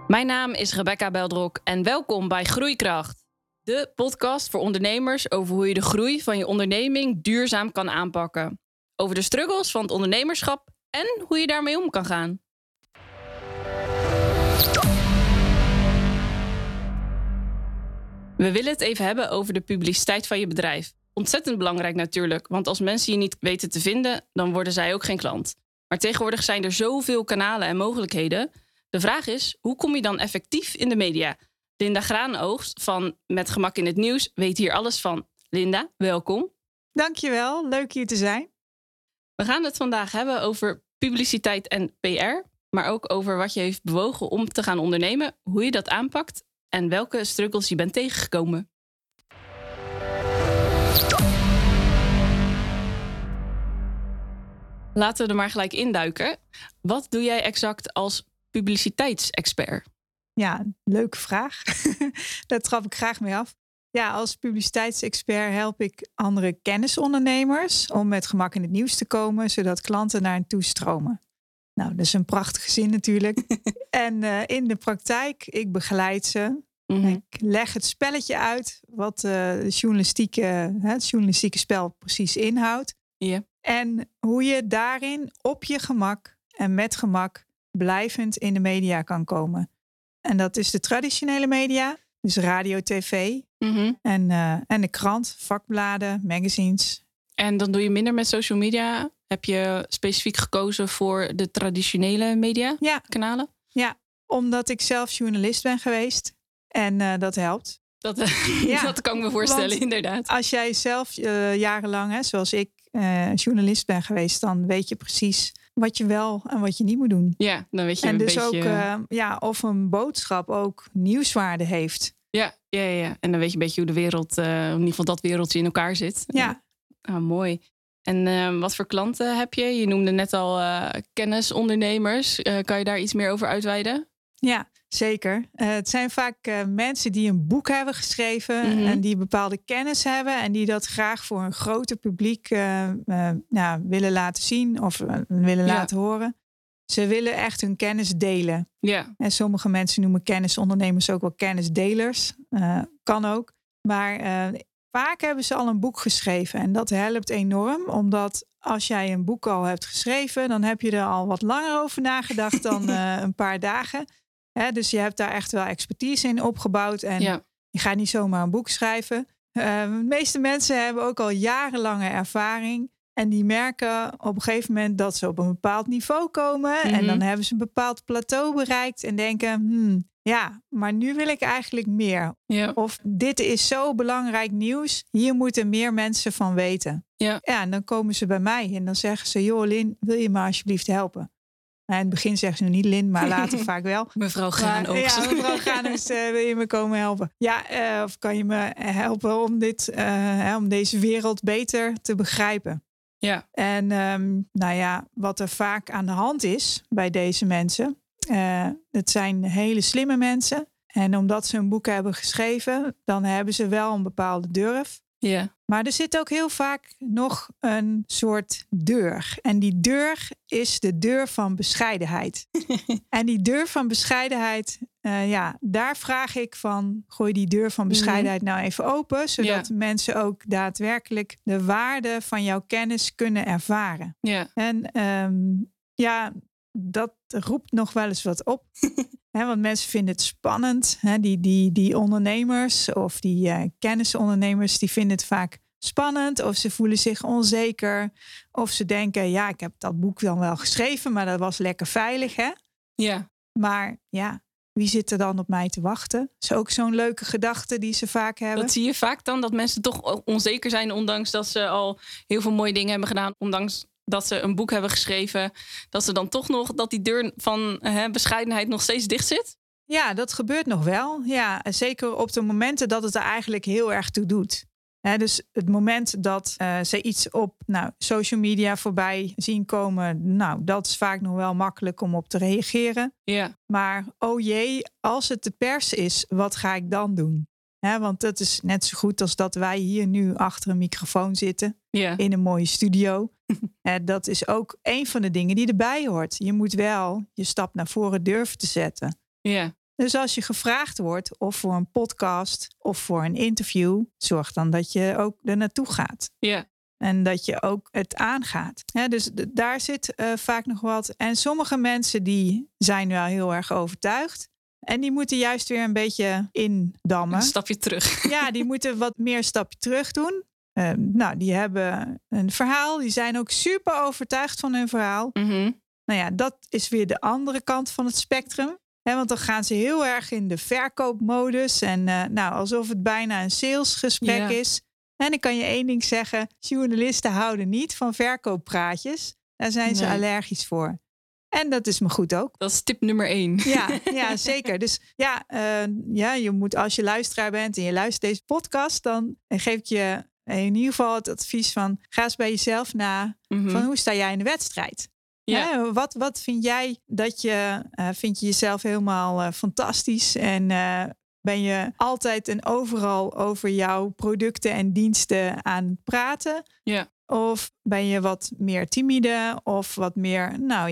Mijn naam is Rebecca Beldrok en welkom bij Groeikracht. De podcast voor ondernemers over hoe je de groei van je onderneming duurzaam kan aanpakken. Over de struggles van het ondernemerschap en hoe je daarmee om kan gaan. We willen het even hebben over de publiciteit van je bedrijf. Ontzettend belangrijk natuurlijk, want als mensen je niet weten te vinden, dan worden zij ook geen klant. Maar tegenwoordig zijn er zoveel kanalen en mogelijkheden. De vraag is, hoe kom je dan effectief in de media? Linda Graanoogst van Met Gemak in het Nieuws weet hier alles van. Linda, welkom. Dankjewel, leuk hier te zijn. We gaan het vandaag hebben over publiciteit en PR, maar ook over wat je heeft bewogen om te gaan ondernemen, hoe je dat aanpakt en welke struggles je bent tegengekomen. Laten we er maar gelijk induiken. Wat doe jij exact als publiciteitsexpert? Ja, leuke vraag. Daar trap ik graag mee af. Ja, als publiciteitsexpert help ik andere kennisondernemers om met gemak in het nieuws te komen, zodat klanten naar hen toe stromen. Nou, dat is een prachtige zin natuurlijk. En in de praktijk, ik begeleid ze. Mm-hmm. Ik leg het spelletje uit wat het journalistieke spel precies inhoudt. Yeah. En hoe je daarin op je gemak en met gemak blijvend in de media kan komen. En dat is de traditionele media, dus radio, tv en de krant, vakbladen, magazines. En dan doe je minder met social media. Heb je specifiek gekozen voor de traditionele media kanalen? Ja, omdat ik zelf journalist ben geweest en dat helpt. Dat kan ik me voorstellen, want inderdaad. Als jij zelf jarenlang, zoals ik, journalist ben geweest, dan weet je precies wat je wel en wat je niet moet doen. Ja, dan weet je en een dus beetje... ook of een boodschap ook nieuwswaarde heeft. Ja. En dan weet je een beetje hoe de wereld, in ieder geval dat wereldje in elkaar zit. Ja. Mooi. En wat voor klanten heb je? Je noemde net al kennisondernemers. Kan je daar iets meer over uitweiden? Ja, zeker. Het zijn vaak mensen die een boek hebben geschreven en die bepaalde kennis hebben en die dat graag voor een groter publiek willen laten zien of willen laten horen. Ze willen echt hun kennis delen. Ja. En sommige mensen noemen kennisondernemers ook wel kennisdelers. Kan ook. Maar vaak hebben ze al een boek geschreven en dat helpt enorm, omdat als jij een boek al hebt geschreven, dan heb je er al wat langer over nagedacht dan een paar dagen. Dus je hebt daar echt wel expertise in opgebouwd. En je gaat niet zomaar een boek schrijven. De meeste mensen hebben ook al jarenlange ervaring. En die merken op een gegeven moment dat ze op een bepaald niveau komen. En dan hebben ze een bepaald plateau bereikt. En denken, maar nu wil ik eigenlijk meer. Ja. Of dit is zo belangrijk nieuws. Hier moeten meer mensen van weten. Ja, en dan komen ze bij mij. En dan zeggen ze, joh Lin, wil je me alsjeblieft helpen? Nou, in het begin zeggen ze nog niet Lin, maar later vaak wel. Mevrouw Graanoogst. Ja, mevrouw Graanoogst, wil je me komen helpen? Ja, of kan je me helpen om deze wereld beter te begrijpen? Ja. En wat er vaak aan de hand is bij deze mensen. Het zijn hele slimme mensen. En omdat ze een boek hebben geschreven, dan hebben ze wel een bepaalde durf. Ja. Maar er zit ook heel vaak nog een soort deur. En die deur is de deur van bescheidenheid. En die deur van bescheidenheid, daar vraag ik van, gooi die deur van bescheidenheid nou even open, zodat mensen ook daadwerkelijk de waarde van jouw kennis kunnen ervaren. Ja. En dat roept nog wel eens wat op. Want mensen vinden het spannend. Die ondernemers of die kennisondernemers, die vinden het vaak spannend. Of ze voelen zich onzeker. Of ze denken, ik heb dat boek dan wel geschreven, maar dat was lekker veilig. Hè? Ja. Maar wie zit er dan op mij te wachten? Dat is ook zo'n leuke gedachte die ze vaak hebben. Dat zie je vaak dan, dat mensen toch onzeker zijn, ondanks dat ze al heel veel mooie dingen hebben gedaan. Ondanks dat ze een boek hebben geschreven, dat ze dan toch nog, dat die deur van bescheidenheid nog steeds dicht zit? Ja, dat gebeurt nog wel. Ja, zeker op de momenten dat het er eigenlijk heel erg toe doet. Dus het moment dat ze iets op social media voorbij zien komen, dat is vaak nog wel makkelijk om op te reageren. Ja. Maar oh jee, als het de pers is, wat ga ik dan doen? Want dat is net zo goed als dat wij hier nu achter een microfoon zitten in een mooie studio. Dat is ook een van de dingen die erbij hoort. Je moet wel je stap naar voren durven te zetten. Ja. Dus als je gevraagd wordt of voor een podcast of voor een interview, zorg dan dat je ook er naartoe gaat. Ja. En dat je ook het aangaat. Dus daar zit vaak nog wat. En sommige mensen die zijn wel heel erg overtuigd. En die moeten juist weer een beetje indammen. Een stapje terug. Ja, die moeten wat meer stapje terug doen. Die hebben een verhaal. Die zijn ook super overtuigd van hun verhaal. Mm-hmm. Nou ja, dat is weer de andere kant van het spectrum. Want dan gaan ze heel erg in de verkoopmodus. En alsof het bijna een salesgesprek is. En dan kan je één ding zeggen. Journalisten houden niet van verkooppraatjes. Daar zijn ze allergisch voor. En dat is me goed ook. Dat is tip nummer 1. Ja, zeker. Dus je moet, als je luisteraar bent en je luistert deze podcast, dan geef ik je in ieder geval het advies van ga eens bij jezelf na. Mm-hmm. Van hoe sta jij in de wedstrijd? Ja. Wat vind jij vind je jezelf helemaal fantastisch en ben je altijd en overal over jouw producten en diensten aan het praten? Ja. Of ben je wat meer timide of wat meer,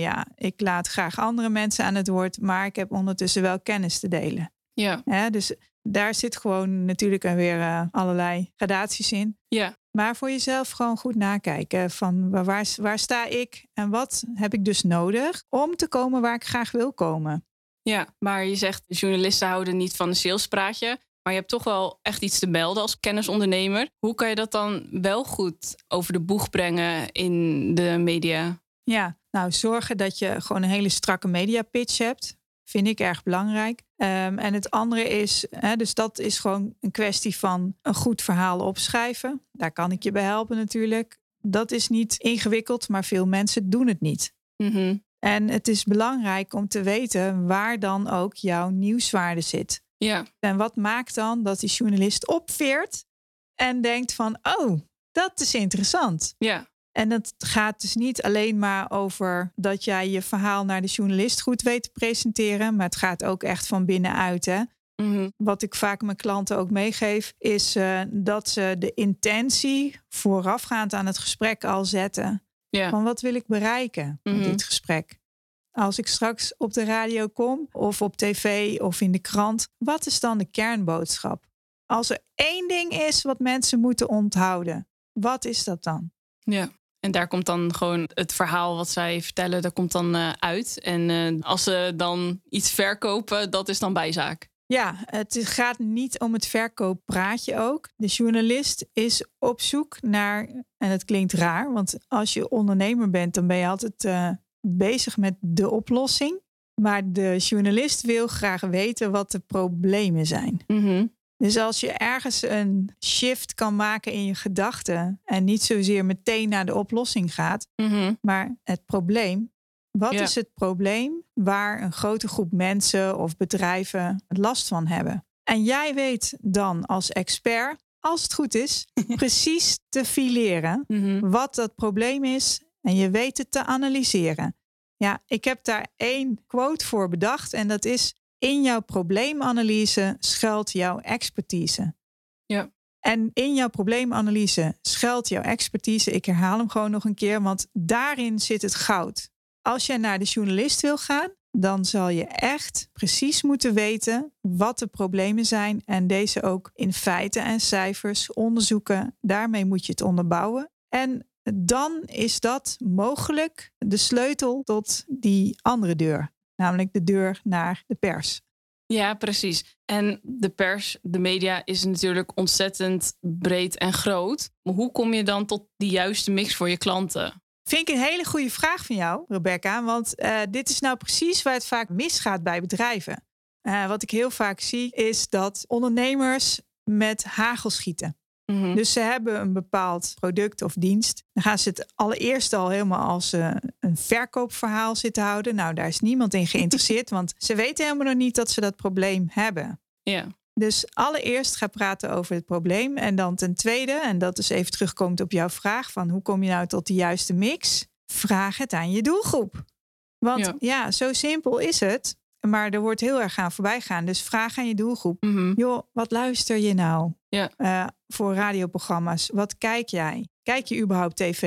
ik laat graag andere mensen aan het woord, maar ik heb ondertussen wel kennis te delen. Ja. Dus daar zit gewoon natuurlijk weer allerlei gradaties in. Ja. Maar voor jezelf gewoon goed nakijken van waar sta ik en wat heb ik dus nodig om te komen waar ik graag wil komen. Ja, maar je zegt journalisten houden niet van een salespraatje. Maar je hebt toch wel echt iets te melden als kennisondernemer. Hoe kan je dat dan wel goed over de boeg brengen in de media? Ja, zorgen dat je gewoon een hele strakke media pitch hebt. Vind ik erg belangrijk. En het andere is, dus dat is gewoon een kwestie van een goed verhaal opschrijven. Daar kan ik je bij helpen natuurlijk. Dat is niet ingewikkeld, maar veel mensen doen het niet. Mm-hmm. En het is belangrijk om te weten waar dan ook jouw nieuwswaarde zit. Ja. En wat maakt dan dat die journalist opveert en denkt van, oh, dat is interessant. Ja. En dat gaat dus niet alleen maar over dat jij je verhaal naar de journalist goed weet te presenteren, maar het gaat ook echt van binnenuit. Hè? Mm-hmm. Wat ik vaak mijn klanten ook meegeef, is dat ze de intentie voorafgaand aan het gesprek al zetten. Ja. Van wat wil ik bereiken met dit gesprek? Als ik straks op de radio kom of op tv of in de krant, wat is dan de kernboodschap? Als er één ding is wat mensen moeten onthouden, wat is dat dan? Ja. En daar komt dan gewoon het verhaal wat zij vertellen, daar komt dan uit. En als ze dan iets verkopen, dat is dan bijzaak. Ja, het gaat niet om het verkooppraatje ook. De journalist is op zoek naar, en het klinkt raar, want als je ondernemer bent, dan ben je altijd bezig met de oplossing. Maar de journalist wil graag weten wat de problemen zijn. Mm-hmm. Dus als je ergens een shift kan maken in je gedachten en niet zozeer meteen naar de oplossing gaat, maar het probleem. Wat is het probleem waar een grote groep mensen of bedrijven last van hebben? En jij weet dan als expert, als het goed is, precies te fileren wat dat probleem is en je weet het te analyseren. Ja, ik heb daar 1 quote voor bedacht en dat is: in jouw probleemanalyse schuilt jouw expertise. Ja. En in jouw probleemanalyse schuilt jouw expertise. Ik herhaal hem gewoon nog een keer, want daarin zit het goud. Als je naar de journalist wil gaan, dan zal je echt precies moeten weten wat de problemen zijn en deze ook in feiten en cijfers onderzoeken. Daarmee moet je het onderbouwen. En dan is dat mogelijk de sleutel tot die andere deur. Namelijk de deur naar de pers. Ja, precies. En de pers, de media is natuurlijk ontzettend breed en groot. Maar hoe kom je dan tot die juiste mix voor je klanten? Vind ik een hele goede vraag van jou, Rebecca. Want dit is nou precies waar het vaak misgaat bij bedrijven. Wat ik heel vaak zie is dat ondernemers met hagel schieten. Mm-hmm. Dus ze hebben een bepaald product of dienst. Dan gaan ze het allereerst al helemaal als een verkoopverhaal zitten houden. Nou, daar is niemand in geïnteresseerd, want ze weten helemaal nog niet dat ze dat probleem hebben. Ja. Dus allereerst ga praten over het probleem. En dan ten tweede, en dat is even terugkomend op jouw vraag van hoe kom je nou tot de juiste mix? Vraag het aan je doelgroep. Want ja, zo simpel is het. Maar er wordt heel erg aan voorbij gaan. Dus vraag aan je doelgroep. Mm-hmm. Joh, wat luister je nou Ja. voor radioprogramma's? Wat kijk jij? Kijk je überhaupt tv?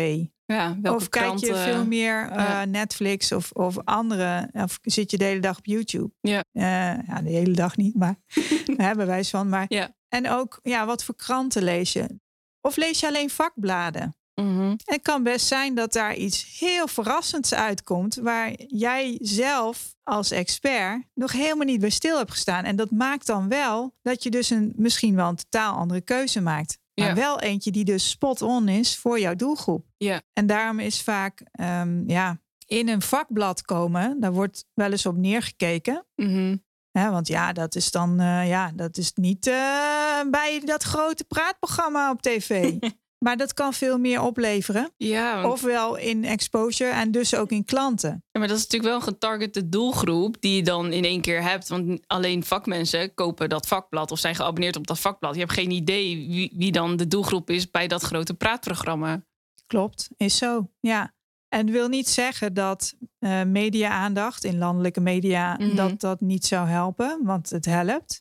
Ja, welke Of kijk je kranten, veel meer Netflix of andere... Of zit je de hele dag op YouTube? Ja. De hele dag niet, maar bij wijze van. Maar, Ja. En ook, wat voor kranten lees je? Of lees je alleen vakbladen? Mhm. Het kan best zijn dat daar iets heel verrassends uitkomt... waar jij zelf als expert nog helemaal niet bij stil hebt gestaan. En dat maakt dan wel dat je dus misschien wel een totaal andere keuze maakt. Maar wel eentje die dus spot-on is voor jouw doelgroep. Ja. En daarom is vaak in een vakblad komen... daar wordt wel eens op neergekeken... Mhm. Want dat is dan dat is niet bij dat grote praatprogramma op tv. Maar dat kan veel meer opleveren. Ja, Ofwel in exposure en dus ook in klanten. Ja, maar dat is natuurlijk wel een getargete doelgroep die je dan in één keer hebt. Want alleen vakmensen kopen dat vakblad of zijn geabonneerd op dat vakblad. Je hebt geen idee wie dan de doelgroep is bij dat grote praatprogramma. Klopt, is zo, ja. En wil niet zeggen dat media-aandacht in landelijke media... dat niet zou helpen, want het helpt.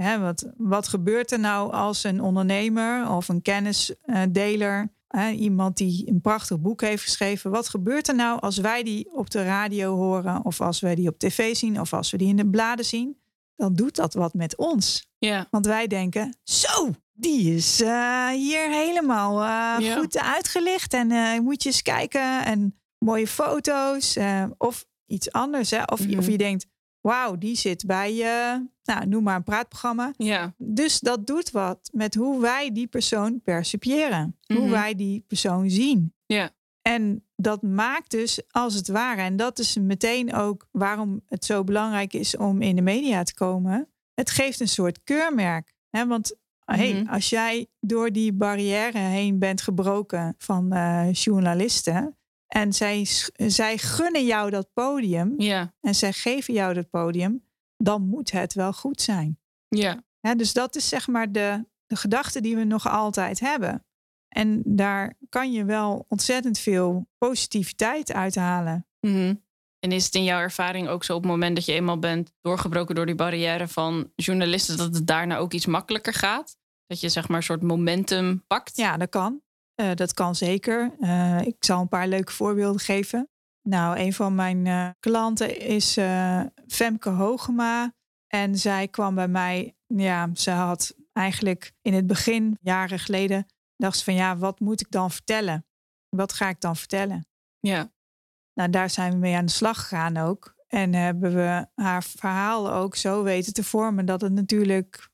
Wat gebeurt er nou als een ondernemer of een kennisdeler... iemand die een prachtig boek heeft geschreven... wat gebeurt er nou als wij die op de radio horen... of als wij die op tv zien of als we die in de bladen zien... dan doet dat wat met ons. Ja. Want wij denken, zo, die is hier helemaal goed uitgelicht. En moet je eens kijken en mooie foto's of iets anders. Hè? Of je denkt, wauw, die zit bij, noem maar een praatprogramma. Ja. Dus dat doet wat met hoe wij die persoon percipiëren. Hoe wij die persoon zien. Ja. En dat maakt dus als het ware, en dat is meteen ook waarom het zo belangrijk is om in de media te komen. Het geeft een soort keurmerk. Hè? Want als jij door die barrière heen bent gebroken van journalisten. En zij gunnen jou dat podium. Ja. En zij geven jou dat podium. Dan moet het wel goed zijn. Ja. Dus dat is zeg maar de gedachte die we nog altijd hebben. En daar kan je wel ontzettend veel positiviteit uithalen. Mm-hmm. En is het in jouw ervaring ook zo op het moment dat je eenmaal bent doorgebroken door die barrière van journalisten, dat het daarna ook iets makkelijker gaat? Dat je zeg maar een soort momentum pakt? Ja, dat kan. Dat kan zeker. Ik zal een paar leuke voorbeelden geven. Nou, een van mijn klanten is Femke Hogema. En zij kwam bij mij. Ja, ze had eigenlijk in het begin, jaren geleden, dacht ze van wat moet ik dan vertellen? Wat ga ik dan vertellen? Ja. Nou, daar zijn we mee aan de slag gegaan ook. En hebben we haar verhaal ook zo weten te vormen dat het natuurlijk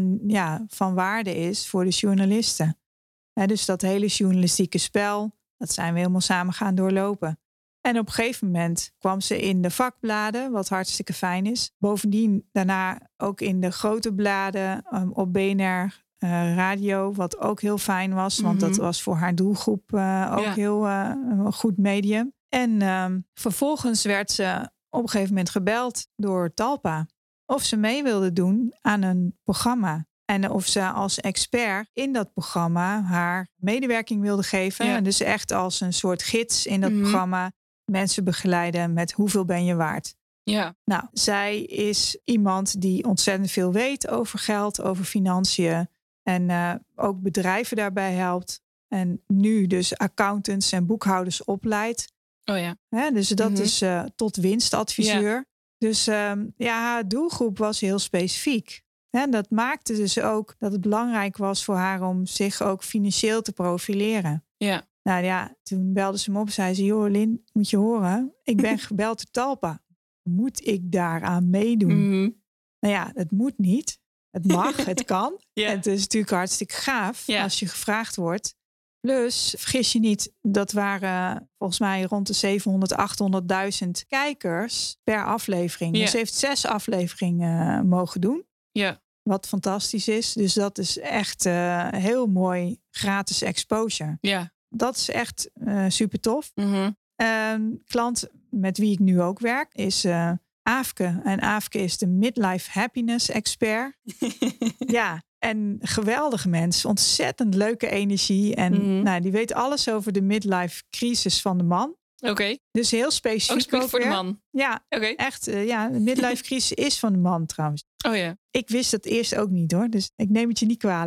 van waarde is voor de journalisten. Dus dat hele journalistieke spel, dat zijn we helemaal samen gaan doorlopen. En op een gegeven moment kwam ze in de vakbladen, wat hartstikke fijn is. Bovendien daarna ook in de grote bladen, op BNR Radio, wat ook heel fijn was. Want dat was voor haar doelgroep ook heel een goed medium. En vervolgens werd ze op een gegeven moment gebeld door Talpa. Of ze mee wilde doen aan een programma. En of ze als expert in dat programma haar medewerking wilde geven. Ja. En dus echt als een soort gids in dat programma mensen begeleiden met hoeveel ben je waard. Ja. Nou, zij is iemand die ontzettend veel weet over geld, over financiën. En ook bedrijven daarbij helpt. En nu dus accountants en boekhouders opleidt. Oh ja. Dus dat is tot winstadviseur. Ja. Dus haar doelgroep was heel specifiek. Dat maakte dus ook dat het belangrijk was voor haar om zich ook financieel te profileren. Ja. Nou ja, toen belde ze me op en zei ze, joh Lin, moet je horen, ik ben gebeld door Talpa. Moet ik daaraan meedoen? Mm-hmm. Nou ja, het moet niet. Het mag, het kan. Ja. En het is natuurlijk hartstikke gaaf als je gevraagd wordt. Plus, vergis je niet, dat waren volgens mij rond de 700, 800.000 kijkers per aflevering. Ja. Dus ze heeft 6 afleveringen mogen doen. Ja. Wat fantastisch is. Dus dat is echt heel mooi gratis exposure. Ja. Dat is echt super tof. Mm-hmm. Een klant met wie ik nu ook werk is Aafke. En Aafke is de midlife happiness expert. Ja, en geweldige mens. Ontzettend leuke energie. En die weet alles over de midlife crisis van de man. Oké. Dus heel specifiek ook voor de man? Ja, echt. De midlife crisis is van de man trouwens. Oh ja. Ik wist dat eerst ook niet hoor. Dus ik neem het je niet kwalijk.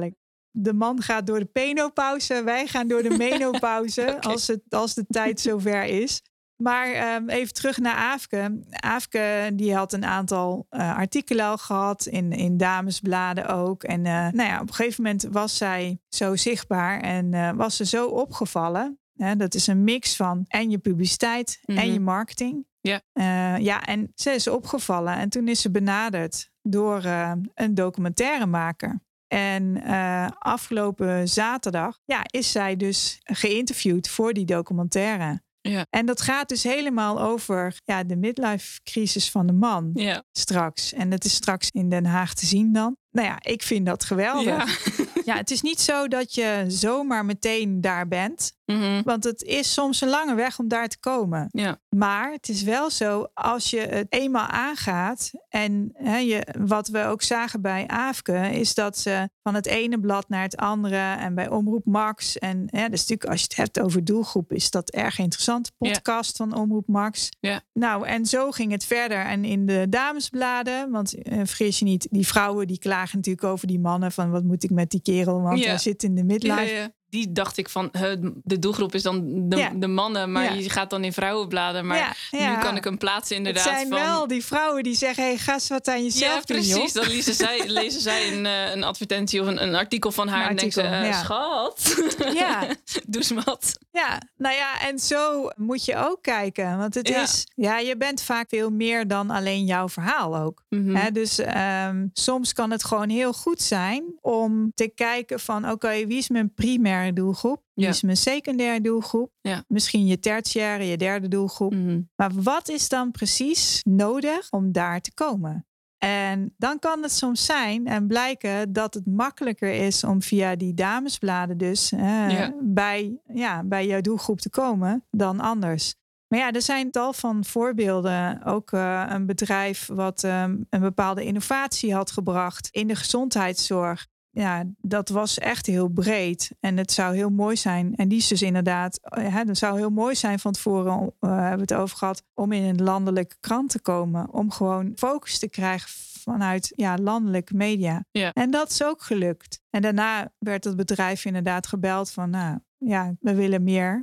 de man gaat door de penopauze. Wij gaan door de menopauze. Okay. Als de tijd zover is. Maar even terug naar Aafke. Aafke die had een aantal artikelen al gehad. In damesbladen ook. En op een gegeven moment was zij zo zichtbaar. En was ze zo opgevallen. Dat is een mix van en je publiciteit en je marketing. Ja. En ze is opgevallen. En toen is ze benaderd door een documentairemaker. En afgelopen zaterdag is zij dus geïnterviewd voor die documentaire. Ja. En dat gaat dus helemaal over de midlife crisis van de man straks. En dat is straks in Den Haag te zien dan. Nou ja, ik vind dat geweldig. Ja, het is niet zo dat je zomaar meteen daar bent. Mm-hmm. Want het is soms een lange weg om daar te komen. Ja. Maar het is wel zo, als je het eenmaal aangaat... en wat we ook zagen bij Aafke... is dat ze van het ene blad naar het andere... en bij Omroep Max... en dat is natuurlijk, als je het hebt over doelgroep... is dat erg interessant, podcast van Omroep Max. Ja. Nou, en zo ging het verder. En in de damesbladen... want vergis je niet, die vrouwen die klagen natuurlijk over die mannen... van wat moet ik met die kerel, want hij zit in de midlife... Ja. Die dacht ik van, de doelgroep is dan de mannen, maar je gaat dan in vrouwenbladen. Maar nu kan ik hem plaatsen inderdaad. Het zijn wel die vrouwen die zeggen, hey, ga eens wat aan jezelf doen. Ja, precies. Dan lezen zij een advertentie of een artikel van haar en denken ze, schat, doe eens wat. Ja, nou ja, en zo moet je ook kijken. Want het is, je bent vaak veel meer dan alleen jouw verhaal ook. Mm-hmm. Dus soms kan het gewoon heel goed zijn om te kijken van, oké, wie is mijn primaire doelgroep? Wie is mijn secundaire doelgroep? Ja. Misschien je tertiaire, je derde doelgroep. Mm-hmm. Maar wat is dan precies nodig om daar te komen? En dan kan het soms zijn en blijken dat het makkelijker is om via die damesbladen dus bij jouw doelgroep te komen dan anders. Maar ja, er zijn tal van voorbeelden. Ook een bedrijf wat een bepaalde innovatie had gebracht in de gezondheidszorg. Ja, dat was echt heel breed. En het zou heel mooi zijn. En die is dus inderdaad... het zou heel mooi zijn van tevoren... hebben we het over gehad... om in een landelijke krant te komen. Om gewoon focus te krijgen vanuit landelijke media. Ja. En dat is ook gelukt. En daarna werd het bedrijf inderdaad gebeld van... we willen meer.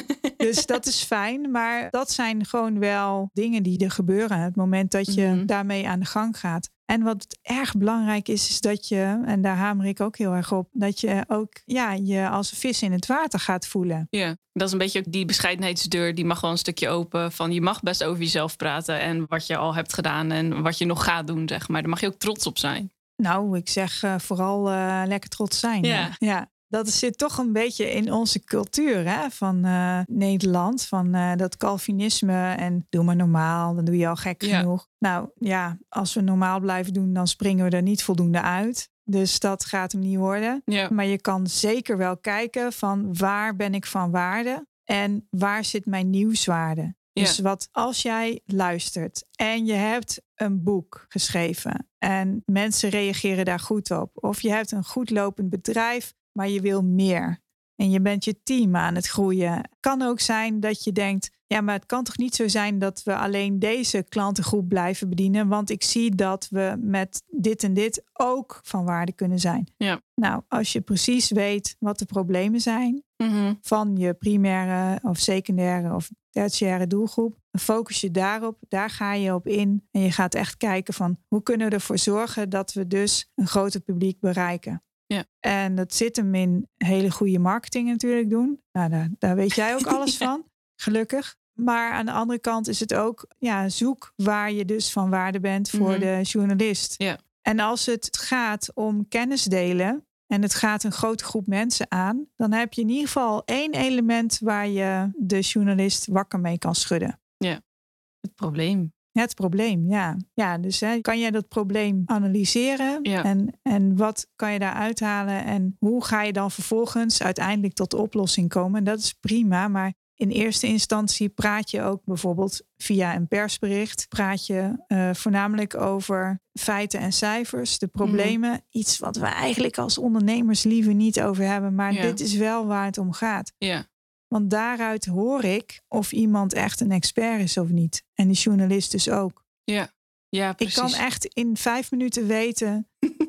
Dus dat is fijn. Maar dat zijn gewoon wel dingen die er gebeuren. Het moment dat je daarmee aan de gang gaat. En wat erg belangrijk is dat je, en daar hamer ik ook heel erg op, dat je ook je als een vis in het water gaat voelen. Ja, dat is een beetje ook die bescheidenheidsdeur, die mag wel een stukje open. Van je mag best over jezelf praten en wat je al hebt gedaan en wat je nog gaat doen, zeg maar. Daar mag je ook trots op zijn. Nou, ik zeg vooral lekker trots zijn. Ja. Dat zit toch een beetje in onze cultuur van Nederland. Van dat Calvinisme en doe maar normaal, dan doe je al gek genoeg. Nou ja, als we normaal blijven doen, dan springen we er niet voldoende uit. Dus dat gaat hem niet worden. Ja. Maar je kan zeker wel kijken van waar ben ik van waarde en waar zit mijn nieuwswaarde. Dus wat als jij luistert en je hebt een boek geschreven en mensen reageren daar goed op. Of je hebt een goed lopend bedrijf, maar je wil meer. En je bent je team aan het groeien. Het kan ook zijn dat je denkt, maar het kan toch niet zo zijn dat we alleen deze klantengroep blijven bedienen. Want ik zie dat we met dit en dit ook van waarde kunnen zijn. Ja. Nou, als je precies weet wat de problemen zijn van je primaire of secundaire of tertiaire doelgroep, dan focus je daarop, daar ga je op in. En je gaat echt kijken van hoe kunnen we ervoor zorgen dat we dus een groter publiek bereiken. Ja. En dat zit hem in hele goede marketing natuurlijk doen. Nou, daar weet jij ook alles van, gelukkig. Maar aan de andere kant is het ook, zoek waar je dus van waarde bent voor de journalist. Ja. En als het gaat om kennis delen en het gaat een grote groep mensen aan, dan heb je in ieder geval 1 element waar je de journalist wakker mee kan schudden. Ja, het probleem. Het probleem, ja. Ja, dus kan jij dat probleem analyseren? Ja. En wat kan je daar uithalen? En hoe ga je dan vervolgens uiteindelijk tot de oplossing komen? En dat is prima, maar in eerste instantie praat je ook bijvoorbeeld via een persbericht. Praat je voornamelijk over feiten en cijfers, de problemen. Iets wat we eigenlijk als ondernemers liever niet over hebben. Maar dit is wel waar het om gaat. Ja. Want daaruit hoor ik of iemand echt een expert is of niet. En de journalist dus ook. Ja, precies. Ik kan echt in 5 minuten weten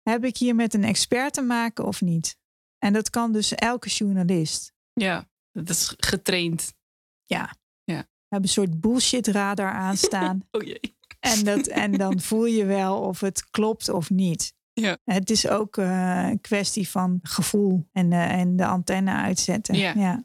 heb ik hier met een expert te maken of niet? En dat kan dus elke journalist. Ja, dat is getraind. Ja. Ja. We hebben een soort bullshit radar aanstaan. Oh jee. En dan voel je wel of het klopt of niet. Ja. Het is ook een kwestie van gevoel en de antenne uitzetten. Ja.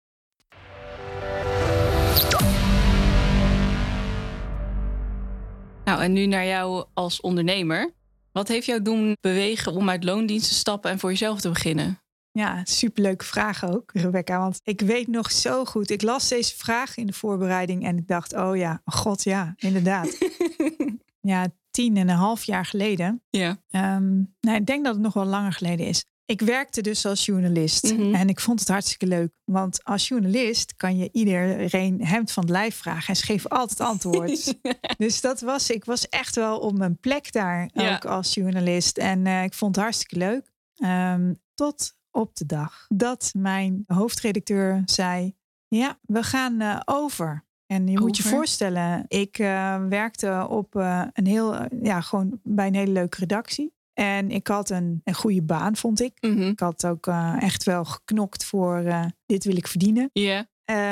Nou, en nu naar jou als ondernemer. Wat heeft jou doen bewegen om uit loondienst te stappen en voor jezelf te beginnen? Ja, superleuke vraag ook, Rebecca. Want ik weet nog zo goed. Ik las deze vraag in de voorbereiding en ik dacht, oh ja, god ja, inderdaad. Ja, 10,5 jaar geleden. Ja. Ik denk dat het nog wel langer geleden is. Ik werkte dus als journalist en ik vond het hartstikke leuk. Want als journalist kan je iedereen hemd van het lijf vragen en ze geven altijd antwoord. Dus ik was echt wel op mijn plek daar ook als journalist. En ik vond het hartstikke leuk. Tot op de dag dat mijn hoofdredacteur zei, ja, we gaan over. En je moet je voorstellen, ik werkte op gewoon bij een hele leuke redactie. En ik had een goede baan, vond ik. Mm-hmm. Ik had ook echt wel geknokt voor dit wil ik verdienen. Yeah.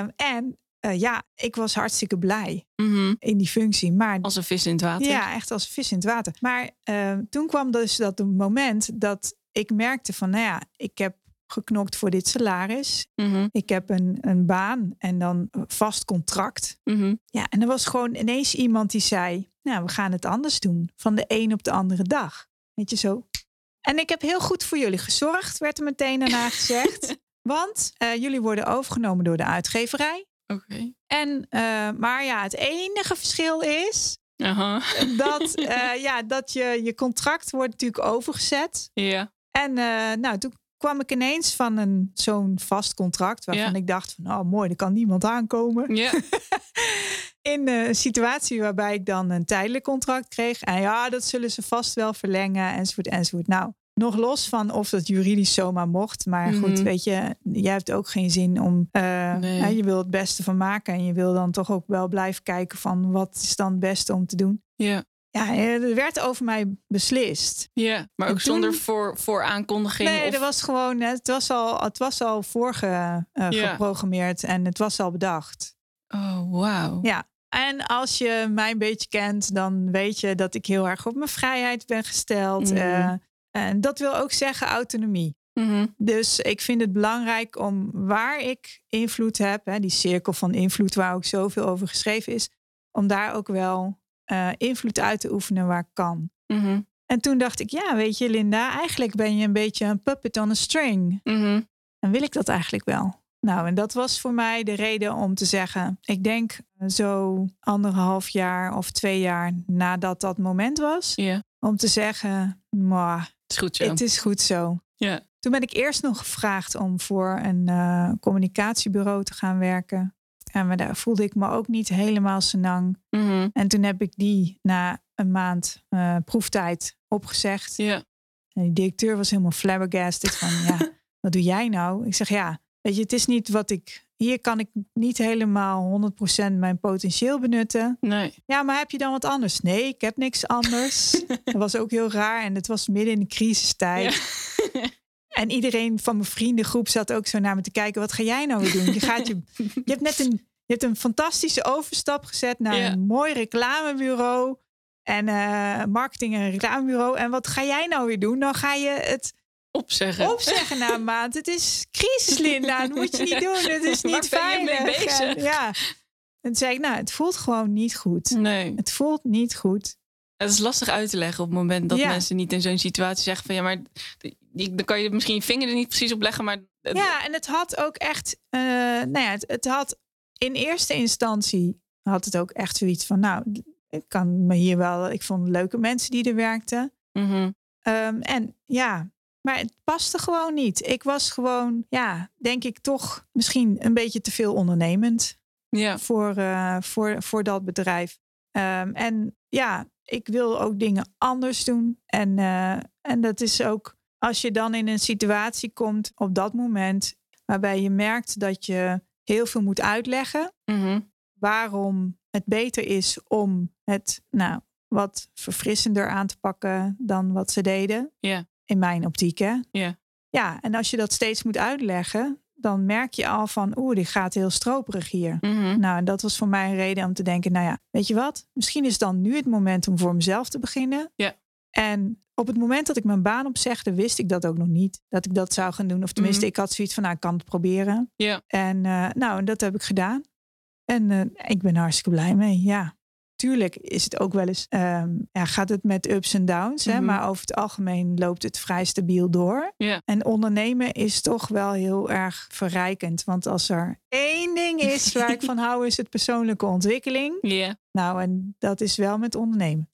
Ik was hartstikke blij in die functie. Maar, als een vis in het water. Ja, echt als een vis in het water. Maar toen kwam dus dat moment dat ik merkte van, ik heb geknokt voor dit salaris. Mm-hmm. Ik heb een baan en dan vast contract. Mm-hmm. Ja, en er was gewoon ineens iemand die zei, we gaan het anders doen. Van de een op de andere dag. Weet je zo. En ik heb heel goed voor jullie gezorgd, werd er meteen daarna gezegd. Want jullie worden overgenomen door de uitgeverij. Oké. Maar het enige verschil is dat je contract wordt natuurlijk overgezet. Ja. En toen kwam ik ineens van zo'n vast contract waarvan ik dacht van, oh mooi, er kan niemand aankomen. Ja. In een situatie waarbij ik dan een tijdelijk contract kreeg. En dat zullen ze vast wel verlengen, enzovoort. Nou, nog los van of dat juridisch zomaar mocht. Maar goed, weet je, jij hebt ook geen zin om... je wil het beste van maken. En je wil dan toch ook wel blijven kijken van wat is dan het beste om te doen. Ja. Ja, er werd over mij beslist. Ja, maar ook zonder voor aankondiging? Nee, er was gewoon... Het was al geprogrammeerd en het was al bedacht. Oh, wauw. Ja. En als je mij een beetje kent, dan weet je dat ik heel erg op mijn vrijheid ben gesteld. En dat wil ook zeggen autonomie. Mm-hmm. Dus ik vind het belangrijk om waar ik invloed heb, die cirkel van invloed waar ook zoveel over geschreven is, om daar ook wel invloed uit te oefenen waar ik kan. Mm-hmm. En toen dacht ik, weet je Linda, eigenlijk ben je een beetje een puppet on a string. Mm-hmm. En wil ik dat eigenlijk wel? Nou, en dat was voor mij de reden om te zeggen, ik denk zo 1,5 jaar of 2 jaar nadat dat moment was, om te zeggen, het is goed zo. Yeah. Toen ben ik eerst nog gevraagd om voor een communicatiebureau te gaan werken. En daar voelde ik me ook niet helemaal senang. Mm-hmm. En toen heb ik die na een maand proeftijd opgezegd. Yeah. En die directeur was helemaal flabbergasted van, wat doe jij nou? Ik zeg, weet je, het is niet wat ik... Hier kan ik niet helemaal 100% mijn potentieel benutten. Nee. Ja, maar heb je dan wat anders? Nee, ik heb niks anders. Dat was ook heel raar. En het was midden in de crisistijd. Ja. En iedereen van mijn vriendengroep zat ook zo naar me te kijken. Wat ga jij nou weer doen? Je hebt een fantastische overstap gezet naar een mooi reclamebureau. En marketing- en reclamebureau. En wat ga jij nou weer doen? Dan ga je het... Opzeggen na een maand. Het is crisis, Linda. Dat moet je niet doen. Het is niet fijn. Waar ben je mee bezig? En toen zei ik, het voelt gewoon niet goed. Nee. Het voelt niet goed. Het is lastig uit te leggen op het moment dat mensen niet in zo'n situatie zeggen van maar dan kan je misschien je vinger er niet precies op leggen. Maar en het had ook echt, het had in eerste instantie had het ook echt zoiets van, ik kan me hier wel, ik vond leuke mensen die er werkten. Mm-hmm. Maar het paste gewoon niet. Ik was gewoon, denk ik toch misschien een beetje te veel ondernemend voor dat bedrijf. Ik wil ook dingen anders doen. En dat is ook, als je dan in een situatie komt op dat moment, waarbij je merkt dat je heel veel moet uitleggen. Mm-hmm. Waarom het beter is om het wat verfrissender aan te pakken dan wat ze deden. Ja. In mijn optiek, hè? Ja. Ja, en als je dat steeds moet uitleggen, dan merk je al van, die gaat heel stroperig hier. Mhm. Nou, en dat was voor mij een reden om te denken, nou ja, weet je wat? Misschien is dan nu het moment om voor mezelf te beginnen. Ja. En op het moment dat ik mijn baan opzegde, wist ik dat ook nog niet. Dat ik dat zou gaan doen. Of tenminste, ik had zoiets van, ik kan het proberen. Ja. En dat heb ik gedaan. En ik ben hartstikke blij mee, ja. Tuurlijk is het ook wel eens, gaat het met ups en downs. Hè? Maar over het algemeen loopt het vrij stabiel door. Ja. En ondernemen is toch wel heel erg verrijkend. Want als er één ding is waar ik van hou, is het persoonlijke ontwikkeling. Ja. Nou, en dat is wel met ondernemen.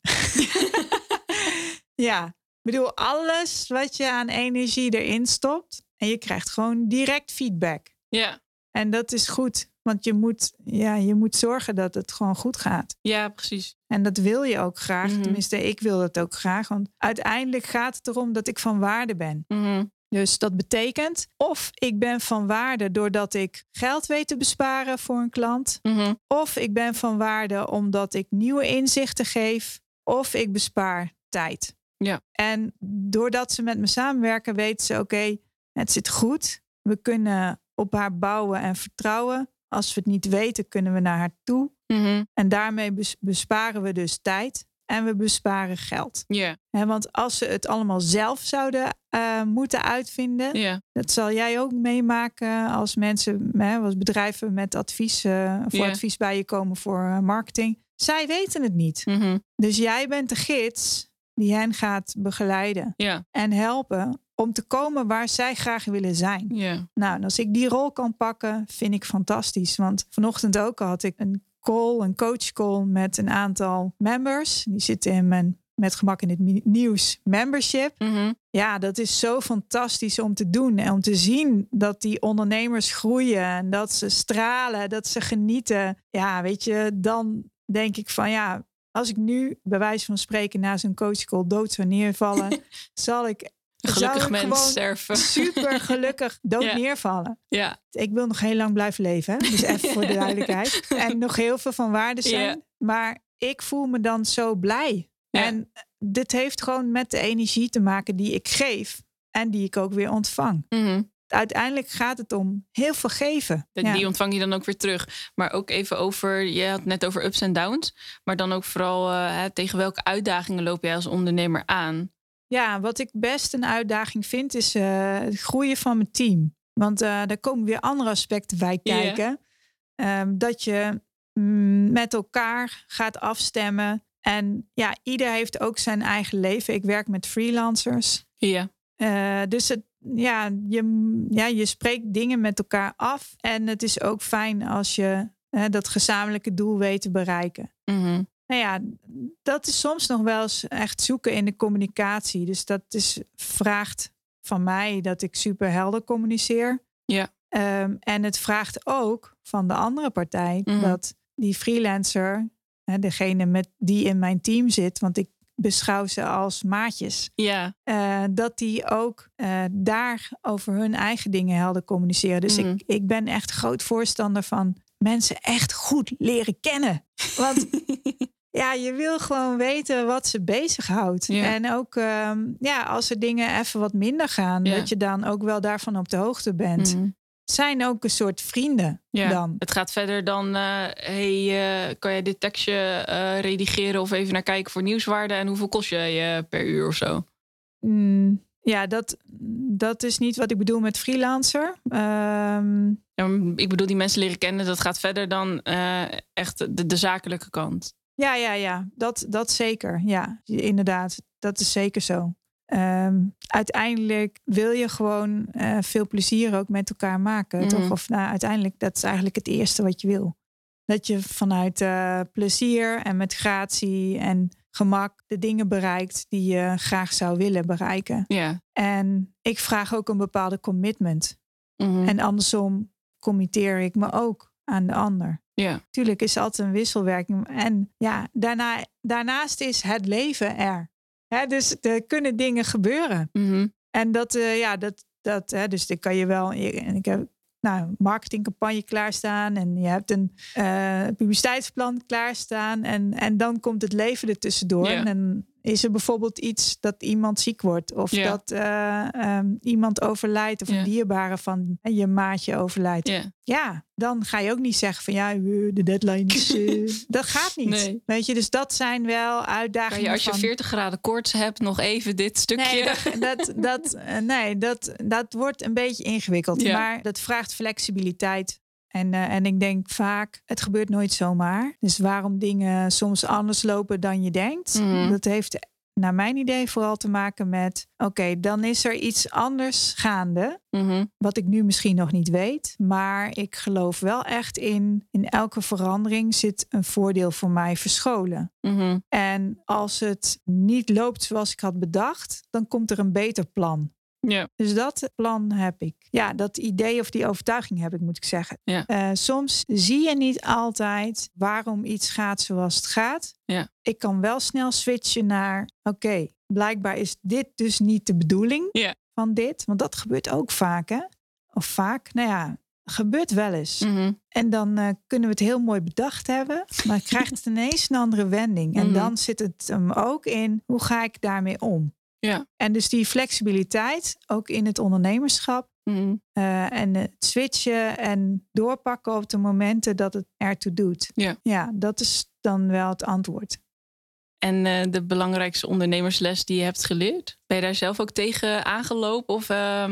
Ja, ik bedoel, alles wat je aan energie erin stopt. En je krijgt gewoon direct feedback. Ja. En dat is goed. Want je moet zorgen dat het gewoon goed gaat. Ja, precies. En dat wil je ook graag. Mhm. Tenminste, ik wil dat ook graag. Want uiteindelijk gaat het erom dat ik van waarde ben. Mhm. Dus dat betekent of ik ben van waarde doordat ik geld weet te besparen voor een klant. Mhm. Of ik ben van waarde omdat ik nieuwe inzichten geef. Of ik bespaar tijd. Ja. En doordat ze met me samenwerken, weten ze, oké, het zit goed. We kunnen op haar bouwen en vertrouwen. Als we het niet weten, kunnen we naar haar toe. Mhm. En daarmee besparen we dus tijd. En we besparen geld. Ja. Want als ze het allemaal zelf zouden moeten uitvinden. Ja. Dat zal jij ook meemaken als mensen, als bedrijven met advies, advies bij je komen voor marketing. Zij weten het niet. Mhm. Dus jij bent de gids die hen gaat begeleiden. Ja. En helpen om te komen waar zij graag willen zijn. Ja. Nou, en als ik die rol kan pakken, vind ik fantastisch. Want vanochtend ook al had ik een coach call met een aantal members. Die zitten in mijn Met Gemak in het Nieuws membership. Mhm. Ja, dat is zo fantastisch om te doen. En om te zien dat die ondernemers groeien. En dat ze stralen, dat ze genieten. Ja, weet je, dan denk ik van ja, als ik nu bij wijze van spreken na zo'n coachcall dood zou neervallen, zou ik Mens gewoon sterven. super gelukkig dood neervallen. Ja. Ik wil nog heel lang blijven leven. Hè? Dus even voor de duidelijkheid. En nog heel veel van waarde zijn. Ja. Maar ik voel me dan zo blij. Ja. En dit heeft gewoon met de energie te maken die ik geef. En die ik ook weer ontvang. Mhm. Uiteindelijk gaat het om heel veel geven. Die ontvang je dan ook weer terug. Maar ook even over, je had het net over ups en downs. Maar dan ook vooral tegen welke uitdagingen loop jij als ondernemer aan? Ja, wat ik best een uitdaging vind is het groeien van mijn team. Want daar komen weer andere aspecten bij kijken. Dat je met elkaar gaat afstemmen. En ja, ieder heeft ook zijn eigen leven. Ik werk met freelancers. Ja. Dus je spreekt dingen met elkaar af. En het is ook fijn als je dat gezamenlijke doel weet te bereiken. Mhm. Nou ja, dat is soms nog wel eens echt zoeken in de communicatie. Dus dat vraagt van mij dat ik super helder communiceer. Ja. En het vraagt ook van de andere partij dat die freelancer, degene die in mijn team zit, want ik beschouw ze als maatjes. Ja. Dat die ook daar over hun eigen dingen helder communiceren. Dus ik ben echt groot voorstander van mensen echt goed leren kennen. Want ja, je wil gewoon weten wat ze bezighoudt. Ja. En ook als er dingen even wat minder gaan, dat je dan ook wel daarvan op de hoogte bent. Zijn ook een soort vrienden dan. Het gaat verder dan, kan jij dit tekstje redigeren of even naar kijken voor nieuwswaarde en hoeveel kost je per uur of zo? Ja, dat is niet wat ik bedoel met freelancer. Ik bedoel die mensen leren kennen, dat gaat verder dan echt de zakelijke kant. Ja, dat zeker. Ja, inderdaad, dat is zeker zo. Uiteindelijk wil je gewoon veel plezier ook met elkaar maken, toch? Of uiteindelijk, dat is eigenlijk het eerste wat je wil. Dat je vanuit plezier en met gratie en gemak de dingen bereikt die je graag zou willen bereiken. Ja. En ik vraag ook een bepaalde commitment. En andersom committeer ik me ook aan de ander. Ja. Tuurlijk is altijd een wisselwerking. En ja, daarnaast is het leven er. Dus er kunnen dingen gebeuren. En dus ik kan je wel. marketingcampagne klaarstaan. En je hebt een publiciteitsplan klaarstaan. En dan komt het leven er tussendoor. Ja. En dan is er bijvoorbeeld iets dat iemand ziek wordt. Of dat iemand overlijdt. Of een dierbare van je maatje overlijdt. Ja. Ja, dan ga je ook niet zeggen van de deadline is... dat gaat niet. Nee. Weet je, dus dat zijn wel uitdagingen. Als je 40 graden koorts hebt, nog even dit stukje. Nee, dat wordt een beetje ingewikkeld. Ja. Maar dat vraagt flexibiliteit. En ik denk vaak, het gebeurt nooit zomaar. Dus waarom dingen soms anders lopen dan je denkt. Mm-hmm. Dat heeft naar mijn idee vooral te maken met... Oké, dan is er iets anders gaande. Mm-hmm. Wat ik nu misschien nog niet weet. Maar ik geloof wel echt in elke verandering zit een voordeel voor mij verscholen. Mm-hmm. En als het niet loopt zoals ik had bedacht, dan komt er een beter plan. Ja. Dus dat plan heb ik. Ja, dat idee of die overtuiging heb ik, moet ik zeggen. Ja. Soms zie je niet altijd waarom iets gaat zoals het gaat. Ja. Ik kan wel snel switchen naar... Oké, blijkbaar is dit dus niet de bedoeling van dit. Want dat gebeurt ook vaak, hè? Of vaak, gebeurt wel eens. Mm-hmm. En dan kunnen we het heel mooi bedacht hebben. Maar krijgt het ineens een andere wending. En dan zit het hem ook in, hoe ga ik daarmee om? Ja. En dus die flexibiliteit, ook in het ondernemerschap. Mm-hmm. En het switchen en doorpakken op de momenten dat het ertoe doet. Ja, dat is dan wel het antwoord. En de belangrijkste ondernemersles die je hebt geleerd? Ben je daar zelf ook tegen aangelopen? Of,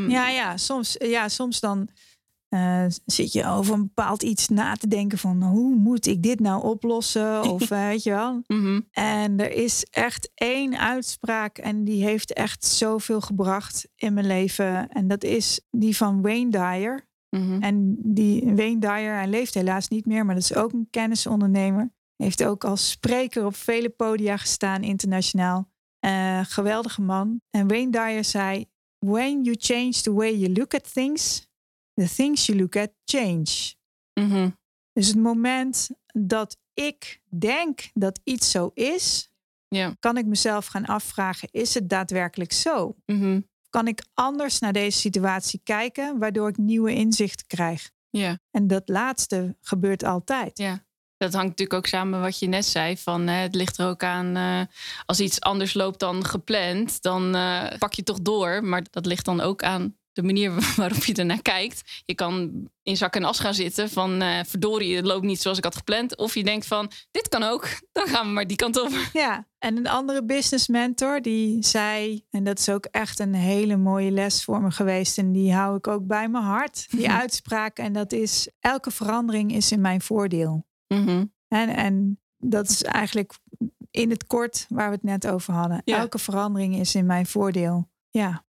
Soms dan zit je over een bepaald iets na te denken van... hoe moet ik dit nou oplossen? Of weet je wel. Mm-hmm. En er is echt één uitspraak en die heeft echt zoveel gebracht in mijn leven. En dat is die van Wayne Dyer. Mm-hmm. En die Wayne Dyer, hij leeft helaas niet meer... maar dat is ook een kennisondernemer. Heeft ook als spreker op vele podia gestaan internationaal. Geweldige man. En Wayne Dyer zei... When you change the way you look at things... the things you look at change. Mm-hmm. Dus het moment dat ik denk dat iets zo is... kan ik mezelf gaan afvragen... is het daadwerkelijk zo? Mm-hmm. Kan ik anders naar deze situatie kijken... waardoor ik nieuwe inzichten krijg? Ja. En dat laatste gebeurt altijd. Ja. Dat hangt natuurlijk ook samen met wat je net zei. Van, het ligt er ook aan, als iets anders loopt dan gepland... dan pak je toch door. Maar dat ligt dan ook aan de manier waarop je ernaar kijkt. Je kan in zak en as gaan zitten van... verdorie, het loopt niet zoals ik had gepland. Of je denkt van, dit kan ook. Dan gaan we maar die kant op. Ja, en een andere business mentor die zei... en dat is ook echt een hele mooie les voor me geweest... en die hou ik ook bij mijn hart. Die uitspraak, en dat is... elke verandering is in mijn voordeel. Mm-hmm. En dat is eigenlijk in het kort waar we het net over hadden. Ja. Elke verandering is in mijn voordeel. Ja.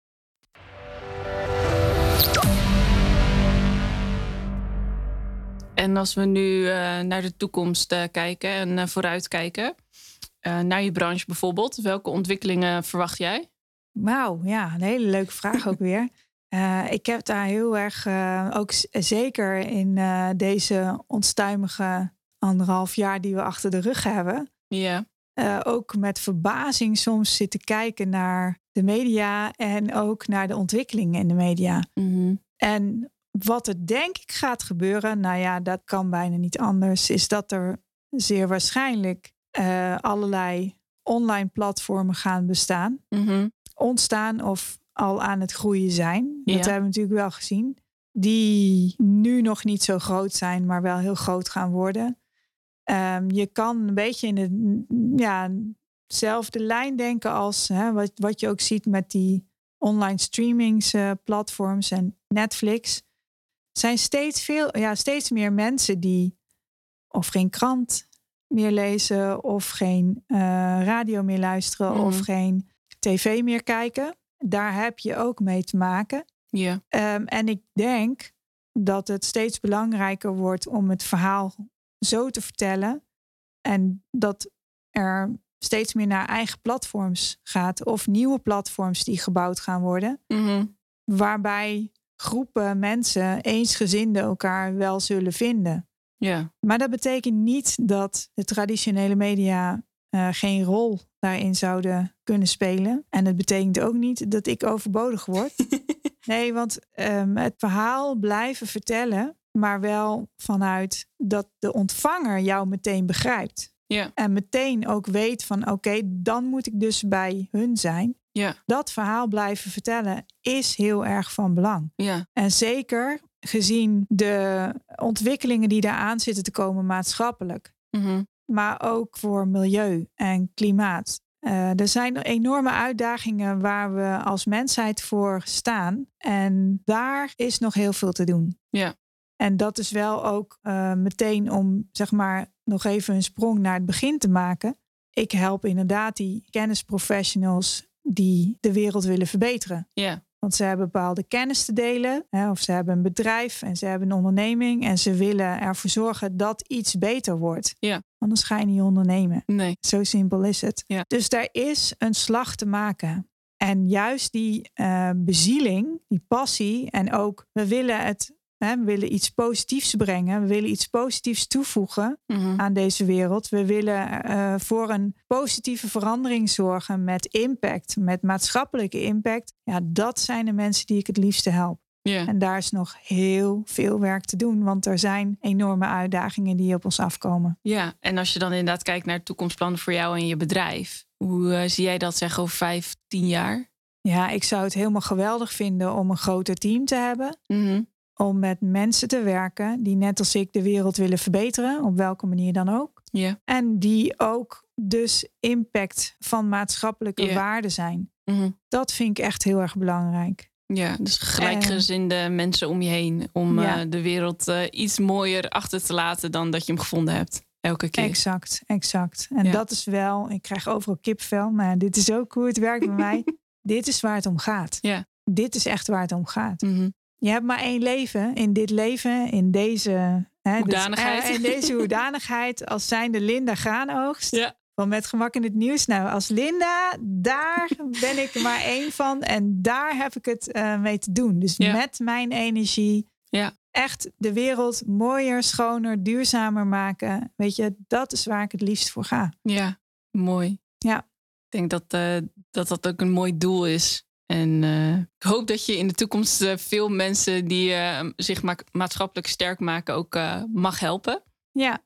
En als we nu naar de toekomst kijken en vooruitkijken... naar je branche bijvoorbeeld. Welke ontwikkelingen verwacht jij? Wauw, ja, een hele leuke vraag ook weer. Ik heb daar heel erg, ook zeker in deze onstuimige 1,5 jaar die we achter de rug hebben. Ja. Ook met verbazing soms zitten kijken naar de media en ook naar de ontwikkelingen in de media. Mm-hmm. En wat er denk ik gaat gebeuren, dat kan bijna niet anders, is dat er zeer waarschijnlijk allerlei online platformen gaan bestaan. Mm-hmm. Ontstaan of al aan het groeien zijn. Dat hebben we natuurlijk wel gezien. Die nu nog niet zo groot zijn, maar wel heel groot gaan worden. Je kan een beetje in dezelfde lijn denken als wat je ook ziet met die online streamingsplatforms en Netflix. Zijn steeds meer mensen die of geen krant meer lezen of geen radio meer luisteren of geen tv meer kijken. Daar heb je ook mee te maken. Ja. En ik denk dat het steeds belangrijker wordt om het verhaal zo te vertellen. En dat er steeds meer naar eigen platforms gaat. Of nieuwe platforms die gebouwd gaan worden. Mm-hmm. Waarbij groepen mensen, eensgezinden, elkaar wel zullen vinden. Ja. Maar dat betekent niet dat de traditionele media geen rol daarin zouden kunnen spelen. En het betekent ook niet dat ik overbodig word. Nee, want het verhaal blijven vertellen, maar wel vanuit dat de ontvanger jou meteen begrijpt. Ja. En meteen ook weet van oké, dan moet ik dus bij hun zijn. Ja. Dat verhaal blijven vertellen is heel erg van belang. Ja. En zeker gezien de ontwikkelingen die daaraan zitten te komen maatschappelijk. Mm-hmm. Maar ook voor milieu en klimaat. Er zijn enorme uitdagingen waar we als mensheid voor staan. En daar is nog heel veel te doen. Ja. En dat is wel ook meteen om zeg maar nog even een sprong naar het begin te maken. Ik help inderdaad die kennisprofessionals die de wereld willen verbeteren. Ja. Want ze hebben bepaalde kennis te delen. Of ze hebben een bedrijf en ze hebben een onderneming. En ze willen ervoor zorgen dat iets beter wordt. Ja. Anders ga je niet ondernemen. Nee. Zo simpel is het. Ja. Dus daar is een slag te maken. En juist die bezieling, die passie. En ook we willen iets positiefs brengen. We willen iets positiefs toevoegen aan deze wereld. We willen voor een positieve verandering zorgen met impact. Met maatschappelijke impact. Ja, dat zijn de mensen die ik het liefste help. Yeah. En daar is nog heel veel werk te doen. Want er zijn enorme uitdagingen die op ons afkomen. Ja, en als je dan inderdaad kijkt naar toekomstplannen voor jou en je bedrijf. Hoe zie jij dat zeg over 5, 10 jaar? Ja, ik zou het helemaal geweldig vinden om een groter team te hebben. Mm-hmm. Om met mensen te werken die net als ik de wereld willen verbeteren. Op welke manier dan ook. Yeah. En die ook dus impact van maatschappelijke waarden zijn. Mm-hmm. Dat vind ik echt heel erg belangrijk. Ja, dus gelijkgezinde mensen om je heen. Om de wereld iets mooier achter te laten dan dat je hem gevonden hebt. Elke keer. Exact. En dat is wel, ik krijg overal kipvel. Maar dit is ook hoe het werkt bij mij. Dit is waar het om gaat. Ja. Dit is echt waar het om gaat. Mm-hmm. Je hebt maar 1 leven. In dit leven, in deze hoedanigheid. Dus, in deze hoedanigheid als zijnde Linda Graanoogst. Ja. Van Met Gemak in het Nieuws. Nou, als Linda, daar ben ik maar 1 van. En daar heb ik het mee te doen. Dus met mijn energie echt de wereld mooier, schoner, duurzamer maken. Weet je, dat is waar ik het liefst voor ga. Ja, mooi. Ja. Ik denk dat ook een mooi doel is. En ik hoop dat je in de toekomst veel mensen die zich maatschappelijk sterk maken ook mag helpen. Ja.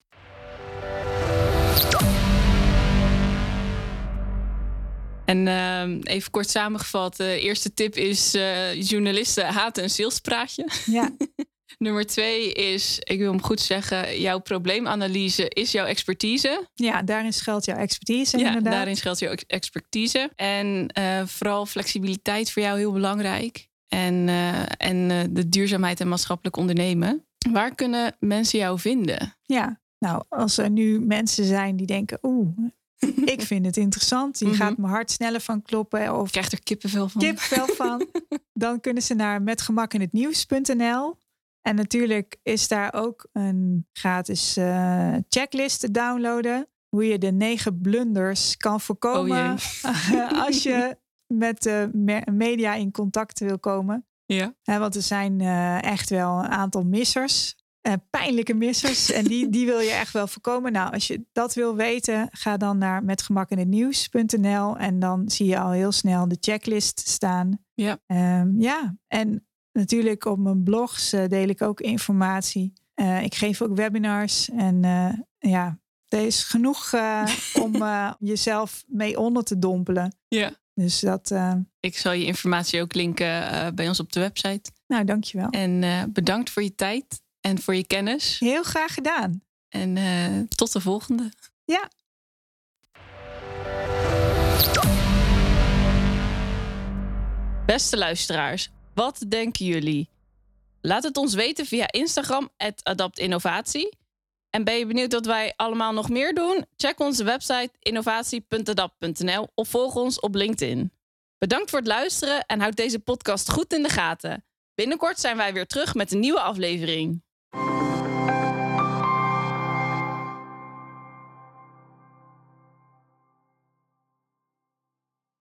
En even kort samengevat, de eerste tip is journalisten haten een salespraatje. Ja. Nummer 2 is, ik wil hem goed zeggen, jouw probleemanalyse is jouw expertise. Ja, daarin schuilt jouw expertise ja, inderdaad. Daarin schuilt jouw expertise. En vooral flexibiliteit voor jou heel belangrijk. En de duurzaamheid en maatschappelijk ondernemen. Waar kunnen mensen jou vinden? Ja, nou, als er nu mensen zijn die denken, ik vind het interessant. Die gaat mijn hart sneller van kloppen. Of krijgt er kippenvel van. Dan kunnen ze naar metgemakinhetnieuws.nl. En natuurlijk is daar ook een gratis checklist te downloaden. Hoe je de 9 blunders kan voorkomen als je met de media in contact wil komen. Ja. Want er zijn echt wel een aantal missers. Pijnlijke missers. En die wil je echt wel voorkomen. Nou, als je dat wil weten, ga dan naar metgemakinhetnieuws.nl. En dan zie je al heel snel de checklist staan. Ja. En natuurlijk op mijn blogs deel ik ook informatie. Ik geef ook webinars. En er is genoeg om jezelf mee onder te dompelen. Ja. Dus dat... Ik zal je informatie ook linken bij ons op de website. Nou, dankjewel. En bedankt voor je tijd en voor je kennis. Heel graag gedaan. En tot de volgende. Ja. Beste luisteraars, wat denken jullie? Laat het ons weten via Instagram @adaptinnovatie. En ben je benieuwd wat wij allemaal nog meer doen? Check onze website innovatie.adapt.nl of volg ons op LinkedIn. Bedankt voor het luisteren en houd deze podcast goed in de gaten. Binnenkort zijn wij weer terug met een nieuwe aflevering.